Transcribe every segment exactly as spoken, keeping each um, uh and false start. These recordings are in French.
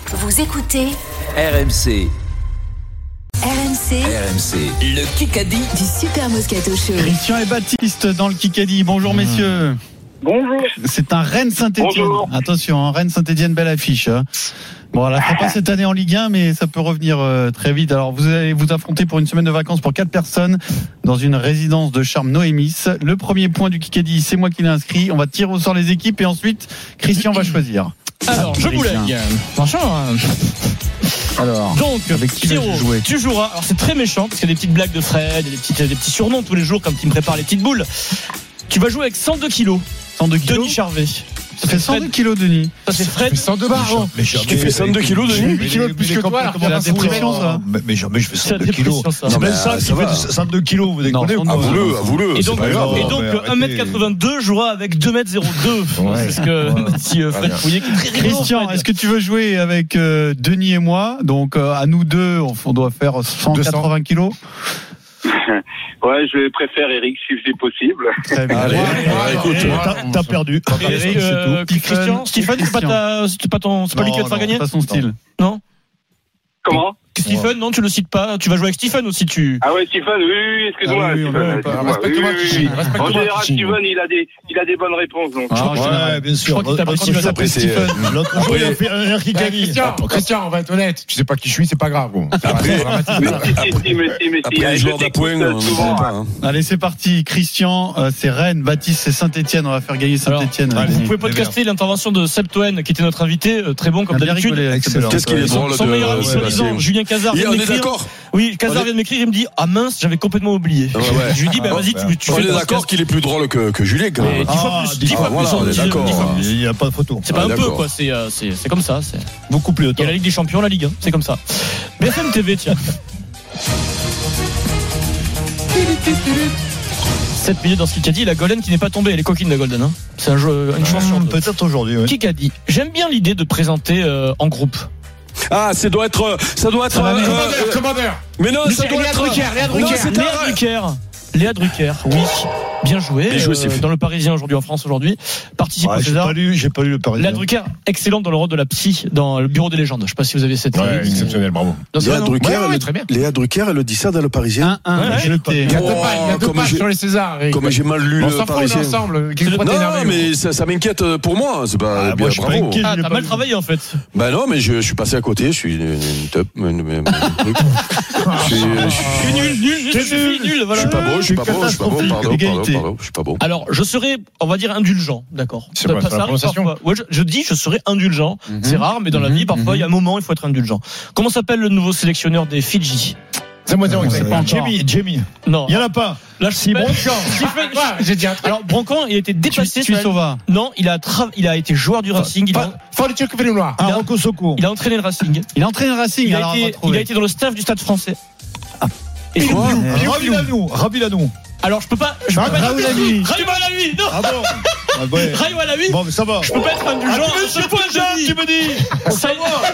Vous écoutez R M C. R M C. R M C. Le Kikadi du Super Moscato Show. Christian et Baptiste dans le Kikadi. Bonjour mmh. messieurs. Bonjour. C'est un Rennes-Saint-Etienne. Bonjour. Attention, un Rennes-Saint-Etienne, belle affiche. Bon, elle ne fera pas cette année en Ligue un, mais ça peut revenir euh, très vite. Alors, vous allez vous affronter pour une semaine de vacances pour quatre personnes dans une résidence de charme Noémis. Le premier point du Kikadi, c'est moi qui l'ai inscrit. On va tirer au sort les équipes et ensuite, Christian va choisir. Alors, je vous lègue. Franchement. Alors, donc, avec qui Pierrot, jouer tu joueras. Alors, c'est très méchant parce qu'il y a des petites blagues de Fred, des, petites, des petits surnoms tous les jours comme il me prépare les petites boules. Tu vas jouer avec cent deux kilos. cent deux kilos. Denis Charvet. Ça fait cent deux kilos, Denis. Ça c'est Fred. cent deux barres. Mais tu fais cent deux kilos, Denis. huit kilos de plus que toi, alors c'est la dépression, ça. Mais jamais je fais cent deux kilos. C'est même ça qui fait cent deux kilos, vous déconnez. Avoue-le, avoue-le. Et donc, et donc un mètre quatre-vingt-deux jouera avec deux mètres zéro deux. C'est ce que dit Fred Pouillet qui est très rigolo. Christian, est-ce que tu veux jouer avec euh, Denis et moi? Donc, euh, à nous deux, on, on doit faire cent quatre-vingts kilos. Ouais, je préfère Eric si c'est possible. Très bien. Allez, Allez, ouais, écoute, allez, t'as, t'as perdu. Eric, euh, Christian, Stephen, c'est pas ta, c'est pas ton, c'est pas lui qui va te faire gagner. C'est pas son style. Non. Comment? Stephen, non, tu le cites pas. Tu vas jouer avec Stephen aussi, tu. Ah ouais, Stephen, oui, oui, excuse-moi. Ah oui, Stephen, on excuse-moi. Respecte-moi, Oui, oui, Tichy. oui. En Respecte-moi, général, Tichy. Steven, il a des, il a des bonnes réponses, donc. Ah, Ouais, bien sûr. Je crois qu'il t'a pas L'autre dit, jour, après, c'est- L'autre jour, il a fait un Kikadi. Christian, Christian, on va être honnête. Tu sais pas qui je suis, c'est pas grave. Bon. Après, Mais si, si, mais si, mais si. après les Je joueurs t'écoute d'appoint, on ne souvent, sait pas. hein. hein. Allez, c'est parti. Christian, euh, c'est Rennes. Baptiste, c'est Saint-Etienne. On va faire gagner Saint-Etienne. Alors, vous pouvez podcaster l'intervention de Seb Toen, qui était notre invité, euh, très bon comme d'habitude. Excellent. Qu'est-ce qu'il est Son, drôle son meilleur ami de soi-disant, Sébastien. Julien Cazard, Et vient on de est m'écrire. d'accord. Oui, Cazard On est- vient de m'écrire, il me dit ah mince, j'avais complètement oublié. Ouais, ouais. Je lui dis bah vas-y, tu, tu On fais est le d'accord podcast. qu'il est plus drôle que, que Julien, quand Et même. dix fois plus, dix fois voilà, plus, on est dix- d'accord. dix fois plus. Il n'y a pas de photo. C'est pas On est un peu d'accord. quoi, c'est euh, c'est c'est comme ça. C'est... Beaucoup plus Il y a la Ligue des Champions, la Ligue un, c'est comme ça. B F M T V, tiens. sept minutes dans ce qu'il a dit, la Golden qui n'est pas tombée, elle est coquine la Golden. Hein. C'est un jeu, une chanson. Peut-être aujourd'hui, oui. Qui a dit j'aime bien l'idée de présenter euh, en groupe. Ah, ça doit être. Ça doit être. Ça va, euh, mais- euh, Commandeur. Mais non, ça doit Léa être. Drucker, Léa Non, Drucker. c'est Léa un- Drucker. Léa Drucker, oui. Bien joué. Bien joué, euh, Steve. dans le Parisien aujourd'hui, en France aujourd'hui. Participe Ouais, au j'ai César. pas lu, j'ai pas lu le Parisien. Léa Drucker, excellente dans le rôle de la psy dans le Bureau des légendes. Je sais pas si vous avez cette Ouais, série. exceptionnel, bravo. Non, c'est Léa vrai, non Drucker, Ouais, ouais, elle- très bien. Léa Drucker, elle le dit ça dans le Parisien. un un. Ouais, J'ai noté. Il y a deux Oh, pages, il y a deux comme pages j'ai- sur les Césars. Eric. Comme j'ai mal lu On le s'en fout, on est Parisien. ensemble. Qu'est-ce que Non, t'es énervé, mais ça, ça m'inquiète pour moi. C'est pas Ah, bien, moi, je suis pas bravo. inquiet. Ah, je l'ai t'as pas mal vu. travaillé en fait. Ben non, mais je, je suis passé à côté. Je suis une, une top. Une, une- une- truc. Je suis, je suis- Je suis nul, nul, je suis nul, nul, je voilà. suis pas beau. Je suis pas beau. Je suis pas beau. Pardon, pardon, Égalité. pardon. Je suis pas beau. Alors, je serais, on va dire, indulgent, d'accord. C'est pas- c'est la arrive prononciation. parfois. Ouais, je, je dis, je serais indulgent. C'est rare, mais dans la Mhm. vie, parfois, il y a un moment, il faut être indulgent. Comment s'appelle le nouveau sélectionneur des Fidji? C'est moi, zéro, On sait exact. pas encore. Jamie, Jamie. Non. Il y en a pas. Là, je suis Broncan. Stephen- Ouais, j'ai dit un truc. Alors, Broncan, il a été dépassé. Tu ça- Sova. Non, il a, tra- il a été joueur du Racing. Il a, Fort que fait le noir. Il a- Ah, Rocco Socco. il a entraîné le Racing. Il a entraîné le Racing. Il a, alors, on va été, il trouver. a été dans le staff du Stade français. Et Quoi Pilou, Ravi Pilou. Lanou. Ravi Lanou. Alors, je peux pas. Je peux pas Raoul être- Ami. Raoul Ami, non. Ah bon? Ah ouais. Raoul Ami. Bon, mais ça va. Je peux pas être indulgent. Ah, tu veux, C'est pas tu me dis. Ça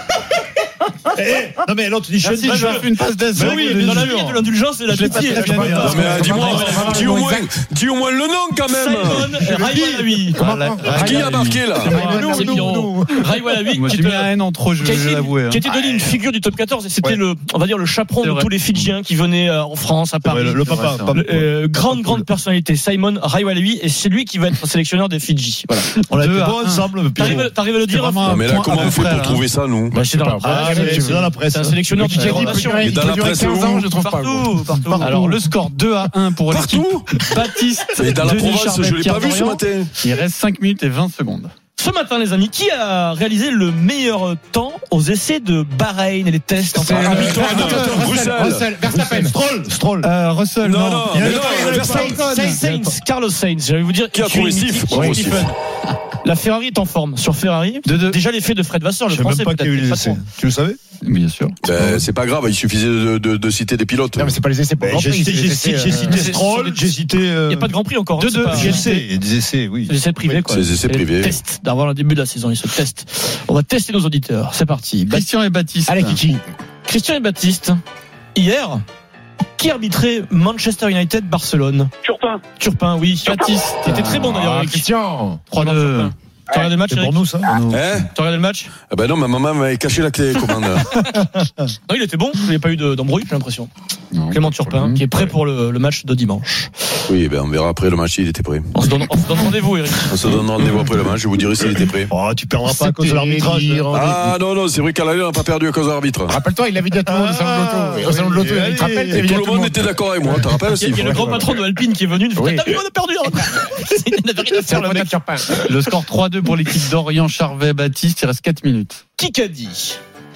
Eh, non, mais l'autre dit Ah, si, je fais une passe d'ess. Mais oui, mais dans la vie de l'indulgence, c'est la Je l'ai pas pitié. très bien dit. Non, mais euh, dis-moi, Vraiment, dis au moins, exact. dis au moins le nom quand même. Simon Raïwalawi. Qui a marqué là? C'est Pierrot. Raïwalawi, Moi, qui j'ai mis était- un N en trop, je qui a vais été- l'avouer. hein. qui était devenu une figure du top quatorze et c'était le, on va dire, le chaperon C'est de vrai. tous les Fidjiens qui venaient euh, en France, à Paris. Le, le C'est vrai, papa. c'est papa. vrai. Euh, grande, grande personnalité, Simon Raïwalawi, et c'est lui qui va être sélectionneur des Fidji. Voilà. On a été Deux à bons un. ensemble. T'arrives, à- t'arrives à le dire? vraiment Non, mais là, point comment à on peu fait près, pour là. trouver ça, nous? Bah, c'est dans la Ah, presse. mais c'est dans la presse. C'est un sélectionneur du Qui a dit peut génération. durer- Et il dans peut la durer presse quinze où? ans, je trouve pas. Partout, partout. Alors, le score deux à un pour l'équipe Partout. Baptiste. Et dans la Denis province, Charvet, je l'ai Pierre pas vu ce Dorian. matin. Il reste cinq minutes et vingt secondes. Ce matin, les amis, qui a réalisé le meilleur temps aux essais de Bahreïn et les tests? C'est Ah, euh, Hamilton, Russell, Russell. Russell, Verstappen. Stroll. Stroll. Euh, Russell, Non, non. non, Il y a- mais non, Verstappen. Sainz, Sainz, Carlos Sainz. Je vais vous dire Qui a tu es trouvé mythique, Steve? tu es Bravo, Stephen. La Ferrari est en forme. Sur Ferrari, Deux, deux. déjà l'effet de Fred Vasseur, le Je sais même français pas qu'il y a eu peut-être. les pas essais. trop. Tu le savais? Bien sûr. Ben, c'est pas grave, il suffisait de, de, de citer des pilotes. Non, mais c'est pas les essais pour le Ben, Grand J'ai Prix, cité, c'est j'ai les cité, essais, j'ai euh, cité c'est- Stroll, c'est- j'ai cité. Il n'y a pas de Grand Prix encore. hein, Deux, c'est deux. pas- Des essais, des essais, oui. C'est des essais privés, quoi. C'est des essais C'est privés. Tests d'avant le début de la saison. Ils se testent. On va tester nos auditeurs. C'est parti. Baptiste. Christian et Baptiste. Allez, Kiki. Christian et Baptiste. Hier, qui arbitrait Manchester United Barcelone? Turpin. Turpin, oui. Baptiste. C'était très bon d'ailleurs. Ah, Eric. Christian. trois deux. T'as regardé le match, C'est pour Eric nous, ça. Hein T'as regardé le match? Ah ben non, ma maman m'avait caché la clé, commandeur. Non, il était bon. Il n'y a pas eu de- d'embrouille, j'ai l'impression. Non, Clément pas de Turpin, problème. qui est prêt pour le, le match de dimanche. Oui, ben on verra après le match s'il était prêt. On se donne, on se donne rendez-vous, Eric. On se donne rendez-vous après le match, je vous dirai s'il était prêt. Oh, tu perdras pas à cause de l'arbitrage. Ah non, non, c'est vrai qu'à l'aller, on n'a pas perdu à cause de l'arbitre. Rappelle-toi, il avait dit à tout le monde au salon de l'auto. Au salon de l'auto, il te rappelle, il Et avait dit tout à le monde était d'accord avec moi, tu te rappelles Il y a, il y a le grand patron de Alpine qui est venu. Il Oui. T'as vu, on a perdu. hein. Il n'avait rien à C'est faire, un le pote mec. de Turpin. Le score trois deux pour l'équipe d'Orient, Charvet, Baptiste. Il reste quatre minutes. Qui qu'a dit?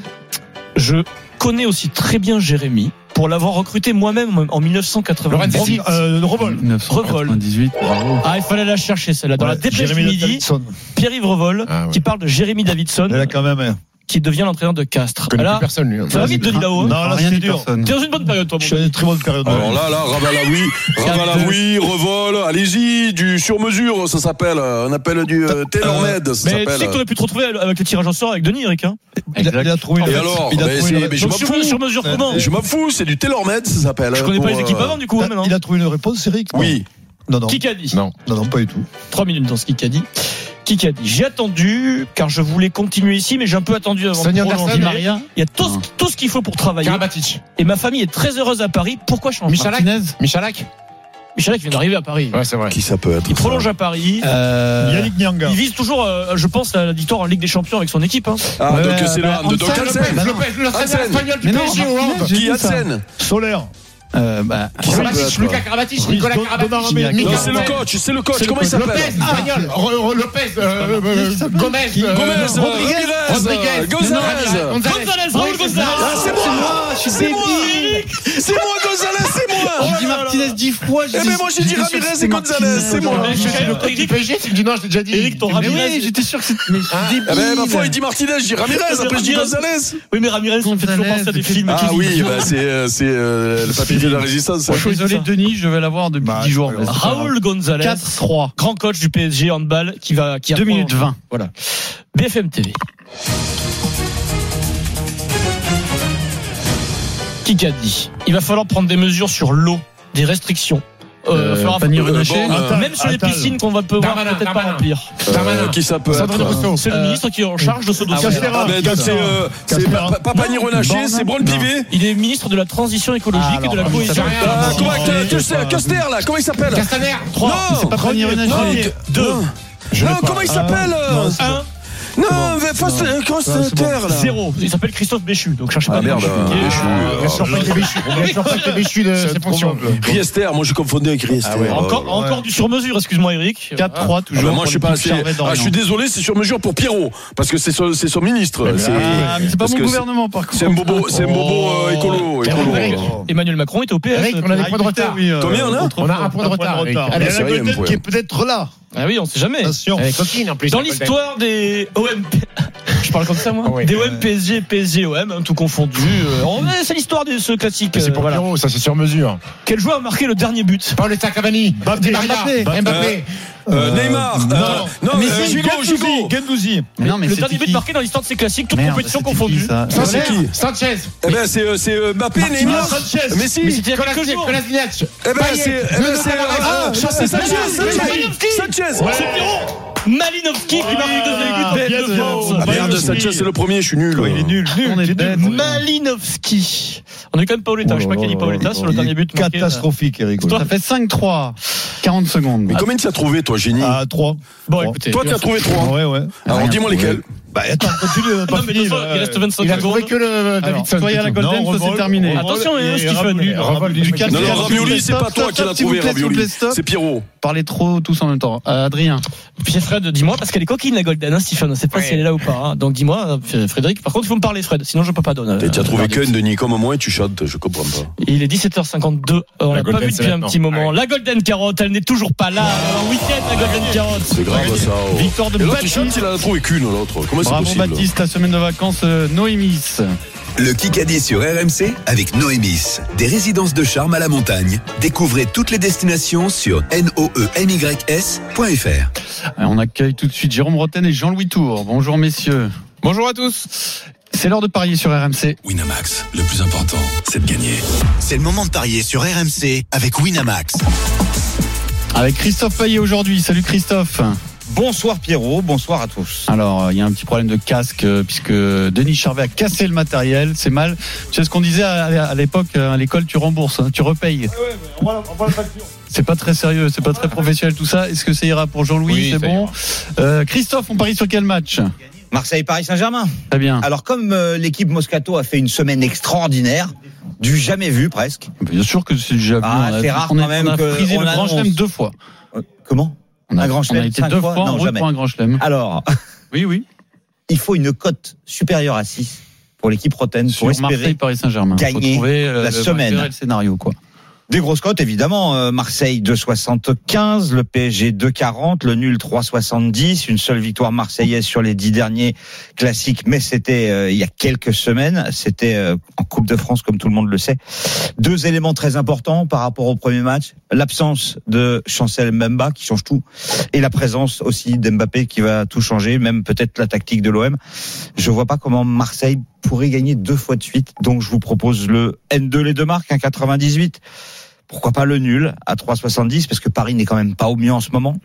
Je connais aussi très bien Jérémy pour l'avoir recruté moi-même en mille neuf cent quatre-vingt-dix. Lorenzetti, euh, Revol. mille neuf cent quatre-vingt-dix-huit. Bravo. Ah, il fallait la chercher celle-là. Dans la dépêche du midi, Pierre-Yves Revol Ah, ouais. qui parle de Jérémy Davidson, Là, quand même, hein. qui devient l'entraîneur de Castres. Je connais Là, plus personne, lui. ça va vite, Denis Lao. hein. Non, là, Rien c'est dit dur. personne. T'es dans une bonne période, toi. Je suis à une très bonne période. Alors là, là, Ravalavoui, Ravalavoui, Revol, allez-y, du sur-mesure, ça s'appelle. On appelle du euh, tailor-made, ça Mais tu sais que s'appelle. t'aurais pu te retrouver avec le tirage au sort avec Denis, Eric. Hein. Il a, il a trouvé Et le- alors il a Ben, trouvé c'est- le- mais je Donc m'en sur, fous. sur mesure comment? Je m'en fous, c'est du tailor-made, ça s'appelle. Je connais pour, pas les équipes euh, avant du coup. hein, maintenant. Il a trouvé une réponse, Eric? Oui. Non, non. Qui qu'a dit? Non, non, non, pas du tout. Trois minutes dans ce qui a dit. Qui a dit? J'ai attendu car je voulais continuer ici, mais j'ai un peu attendu avant Sonny de Anderson, prolonger. Di Maria. Il y a tout, ce, tout ce qu'il faut pour travailler. Karabatic. Et ma famille est très heureuse à Paris. Pourquoi changer? Michalak. Martinez. Michalak. Michalak vient d'arriver à Paris. Ouais, c'est vrai. Qui ça peut être? Il prolonge à Paris. Euh, Yannick Nyanga. Il vise toujours, euh, je pense, la victoire en Ligue des Champions avec son équipe. Hein. Ah, Ouais, donc ouais, c'est bah, le de donc Hansen, Hansen. bah non. Lopez, le Hansen. stagiaire espagnol du Mais non, P S G au Martinez, Hollande. j'ai Qui dit ça. Hansen? Solaire. Euh, bah, Qui ça peut Karabatic, être? Lucas Karabatic, Nicolas Don- Karabatic. Donnarumma. Mikel Non, c'est le Lopez. coach, c'est le coach. C'est le Comment il coach. s'appelle? Lopez, espagnol. Ro- Ro- Lopez, euh, euh, Qui Gomez. euh, Gomez, Rodriguez. Ramirez, Rodriguez. Gonzalez. Gonzalez, Raúl Gonzalez. Ah, c'est moi. je suis C'est moi. C'est moi, Gonzalez, c'est moi. J'ai dit Martinez dix fois. Eh ben moi j'ai dit Ramirez et Gonzalez, c'est moi. Mais je suis le coach du P S G, tu me dis non, je t'ai déjà dit. Eric, ton Mais Ramirez. oui, j'étais sûr que c'était. Mais je suis débile. Eh ben ma foi il dit Martinez, je dis Ramirez, après je dis Gonzalez. Oui, mais Ramirez, ça me fait toujours Gonzalez, penser à des c'est- films. Ah qui- oui, bah c'est euh, c'est euh, le papier de la résistance. ça. Je suis désolé, Denis, je vais l'avoir depuis Bah, dix jours. c'est pas grave. Raúl Gonzalez, quatre trois. grand coach du P S G handball, qui va qui deux reprend- minutes vingt. Voilà. B F M T V. Qui a dit? Il va falloir prendre des mesures sur l'eau, des restrictions. Euh, il faudra- Fanny euh, Renachet. bon, euh, même sur les Attal. piscines qu'on va pouvoir Darmanin, peut-être pas Darmanin. remplir. Euh, Qui ça peut Sandrine être? Rousseau. C'est le Euh, ministre qui est en charge de ce dossier. ouais. Castera. Ah ben donc c'est euh, c'est Castera. pas pas Fanny Renachet, c'est Braun Pivet. Il est ministre de la transition écologique Ah, et de la alors, cohésion. ça va rien. Ah, non, comment non, que- que non, c'est non. Coster là, comment il s'appelle? Castaner. Non, C'est pas Fanny non, Renachet. deux. Je Non, l'ai pas. comment il s'appelle? non, Un, Non, mais Foster, Coster là. zéro. Il s'appelle Christophe Béchu, donc cherchez pas Ah de merde, nom. euh, Béchu, Bien euh, sûr, pas été Béchu. Bien sûr, pas été Béchu de ses fonctions. Riester, moi je confondais avec Riester. Ah ouais. Encore, encore du sur-mesure, excuse-moi Eric. quatre trois Ah toujours. bah moi pour je suis pas l'équipe assez. Charvet Ah, d'Orient. je suis désolé, c'est sur mesure pour Pierrot parce que c'est son, c'est son ministre. C'est Ah, mais c'est pas parce mon que gouvernement par contre. c'est un bobo, c'est un bobo euh, écolo. écolo. Emmanuel Macron est au P S. Eric, on a des points de retard. Combien on a? On a un point de retard. Eric. Allez, Ah, c'est rien, Golden vous qui est peut-être là. Ah oui, on sait jamais. Attention. Avec coquine en plus. Dans la Golden. l'histoire des O M P, je parle comme ça moi. Oui. Des O M P S G, P S G, O M, hein, tout confondu. Euh, on- C'est l'histoire de ce classique. C'est euh, pour voilà. Pierrot, ça c'est sur mesure. Quel joueur a marqué le dernier but? Paoletta Cavani. Di Maria. Mbappé. Mbappé. Euh, Neymar. non. euh, Non, Mais euh, c'est Gigot, Gigot. Gendouzi. Mais non, mais le c'est dernier but qui marqué dans l'histoire de ces classiques, toutes Merde, compétitions c'était qui, confondues. ça Ça, c'est qui? Sanchez. Eh ben c'est euh, c'est euh, Mbappé, Neymar. Sanchez. Mais si. Mais c'était il y a quelques Kolasinac. jours. Kolasinac. Eh ben c'est eh ben c'est ah, c'est Sanchez, Sanchez. Sanchez. C'est Pierrot. Malinowski qui marque le deuxième but bête de France. Ah merde, Sanchez c'est le premier, je suis nul. Il est nul. Nul. On est il est bête. nul. Malinowski. On a eu quand même Paoletta. Je sais pas qui a dit Paoletta sur le dernier but marqué. Catastrophique, Eric. Ça fait cinq trois. quarante secondes. Mais combien tu as trouvé toi, génie? À trois. Bon, écoutez. Toi tu as trouvé trois. Ouais, ouais. Alors Rien dis-moi lesquels. Bah attends, continue. on a pas Non, mais de fini, toute façon, là. il reste vingt-cinq Il a secondes. trouvé que le Davidson. Soyez à la c'est tout. Golden, Non, ça c'est Revol, terminé. Revol, Attention, hein, et Stephen. Ravioli, Ravioli, Du du quatre- Non, non, Stop, Ravioli, c'est stop, pas toi stop, qui l'as s'il vous trouvé, plaît, s'il vous Ravioli. plaît, stop. C'est Pierrot. Parlez trop tous en même temps. Euh, Adrien. Puis Fred, dis-moi, parce qu'elle est coquine la Golden, hein, Stephen. On sait pas Ouais. si elle est là ou pas. hein. Donc dis-moi, euh, Frédéric. Par contre, il faut me parler, Fred. Sinon, je peux pas donner. Et tu as euh, trouvé verdict. qu'un Denis comme moi et tu chantes, je comprends pas. Il est dix-sept heures cinquante-deux. On La l'a pas Golden, vu c'est depuis un maintenant. petit moment. Ah oui. La Golden Carotte, elle n'est toujours pas là. En week-end, la Golden Carotte. C'est grave ça. oh. Victoire de Et l'autre, il chante, Baptiste. il en a trouvé qu'une, l'autre. Comment c'est Bravo possible? Baptiste, la semaine de vacances euh, Noémis. Le Kikadi sur R M C avec Noémis. Des résidences de charme à la montagne. Découvrez toutes les destinations sur noemys point fr. Euh, On accueille tout de suite Jérôme Roten et Jean-Louis Tour. Bonjour messieurs. Bonjour à tous. C'est l'heure de parier sur R M C. Winamax, le plus important, c'est de gagner. C'est le moment de parier sur R M C avec Winamax. Avec Christophe Payet aujourd'hui. Salut Christophe. Bonsoir Pierrot, bonsoir à tous. Alors, il y a un petit problème de casque euh, puisque Denis Charvet a cassé le matériel. C'est mal. Tu sais ce qu'on disait à, à l'époque euh, à l'école, tu rembourses, hein, tu repayes. Ouais, ouais, mais on voit la, on voit la facture. C'est pas très sérieux, c'est pas très professionnel tout ça. Est-ce que ça ira pour Jean-Louis? Oui, c'est bon. Euh, Christophe, on parie sur quel match? Marseille-Paris Saint-Germain. Très bien. Alors comme euh, l'équipe Moscato a fait une semaine extraordinaire, du jamais vu presque. Bien sûr que c'est déjà vu. Ah, c'est rare quand même on a que frisé on le grand chelem deux fois. Euh, comment? On a, un grand chelem, on a été deux fois, fois en route pour un grand chelem. Alors, oui, oui. Il faut une cote supérieure à six pour l'équipe Roten pour espérer Marseille, Paris Saint-Germain. Gagner faut trouver, euh, la le semaine. Et le scénario, quoi. Des grosses cotes, évidemment. Euh, Marseille deux soixante-quinze, le P S G deux quarante, le nul trois soixante-dix. Une seule victoire marseillaise sur les dix derniers classiques, mais c'était euh, il y a quelques semaines. C'était euh, en Coupe de France, comme tout le monde le sait. Deux éléments très importants par rapport au premier match. L'absence de Chancel Mbemba, qui change tout, et la présence aussi d'Mbappé, qui va tout changer, même peut-être la tactique de l'O M. Je vois pas comment Marseille pourrait gagner deux fois de suite. Donc je vous propose le N deux, les deux marques, un quatre-vingt-dix-huit. Pourquoi pas le nul à trois soixante-dix, parce que Paris n'est quand même pas au mieux en ce moment.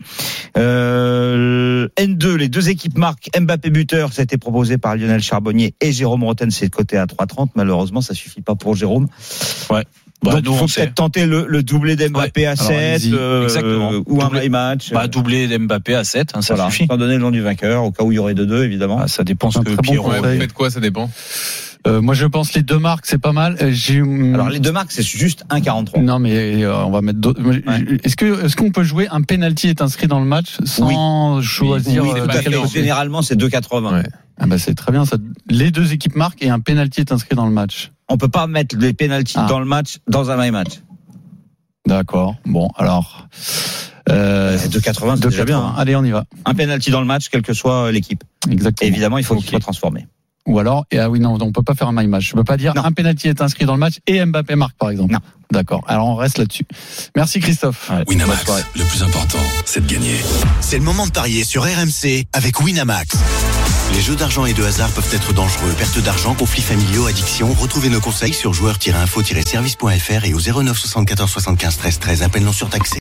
Euh, N deux, les deux équipes marquent. Mbappé buteur, ça a été proposé par Lionel Charbonnier et Jérôme Roten, c'est coté à trois trente. Malheureusement, ça suffit pas pour Jérôme. Ouais. Bah, donc il faut peut-être tenter le, le doublé d'Mbappé ouais. à sept euh, ou doublé, un my match. Bah, doublé d'Mbappé à sept, hein, ça voilà, suffit. Sans donner le nom du vainqueur, au cas où il y aurait deux deux, évidemment. Ah, ça dépend ce que Pierrot. Bon ouais, vous faites quoi, ça dépend. Euh, moi, je pense les deux marques, c'est pas mal. J'ai... Alors les deux marques, c'est juste un quarante-trois. Non, mais euh, on va mettre d'autres. Ouais. Est-ce que est-ce qu'on peut jouer un penalty est inscrit dans le match sans oui. choisir oui, oui, euh, tout à fait. Généralement, c'est deux quatre-vingts. Ouais. Ah bah c'est très bien. Ça. Les deux équipes marquent et un penalty est inscrit dans le match. On peut pas mettre les penalties ah. dans le match dans un my match. D'accord. Bon, alors. Euh, deux quatre-vingts, c'est déjà bien. Hein. Allez, on y va. Un penalty dans le match, quelle que soit l'équipe. Exactement. Et évidemment, il faut okay. qu'il soit transformé. Ou alors, et ah oui, non, on peut pas faire un my match. Je peux pas dire non. Un penalty est inscrit dans le match et Mbappé marque, par exemple. Non. D'accord. Alors, on reste là-dessus. Merci, Christophe. Ouais. Winamax, le plus important, c'est de gagner. C'est le moment de parier sur R M C avec Winamax. Les jeux d'argent et de hasard peuvent être dangereux. Perte d'argent, conflits familiaux, addiction. Retrouvez nos conseils sur joueurs tiret info tiret service point f r et au zéro neuf soixante-quatorze soixante-quinze treize treize. Appel non surtaxé.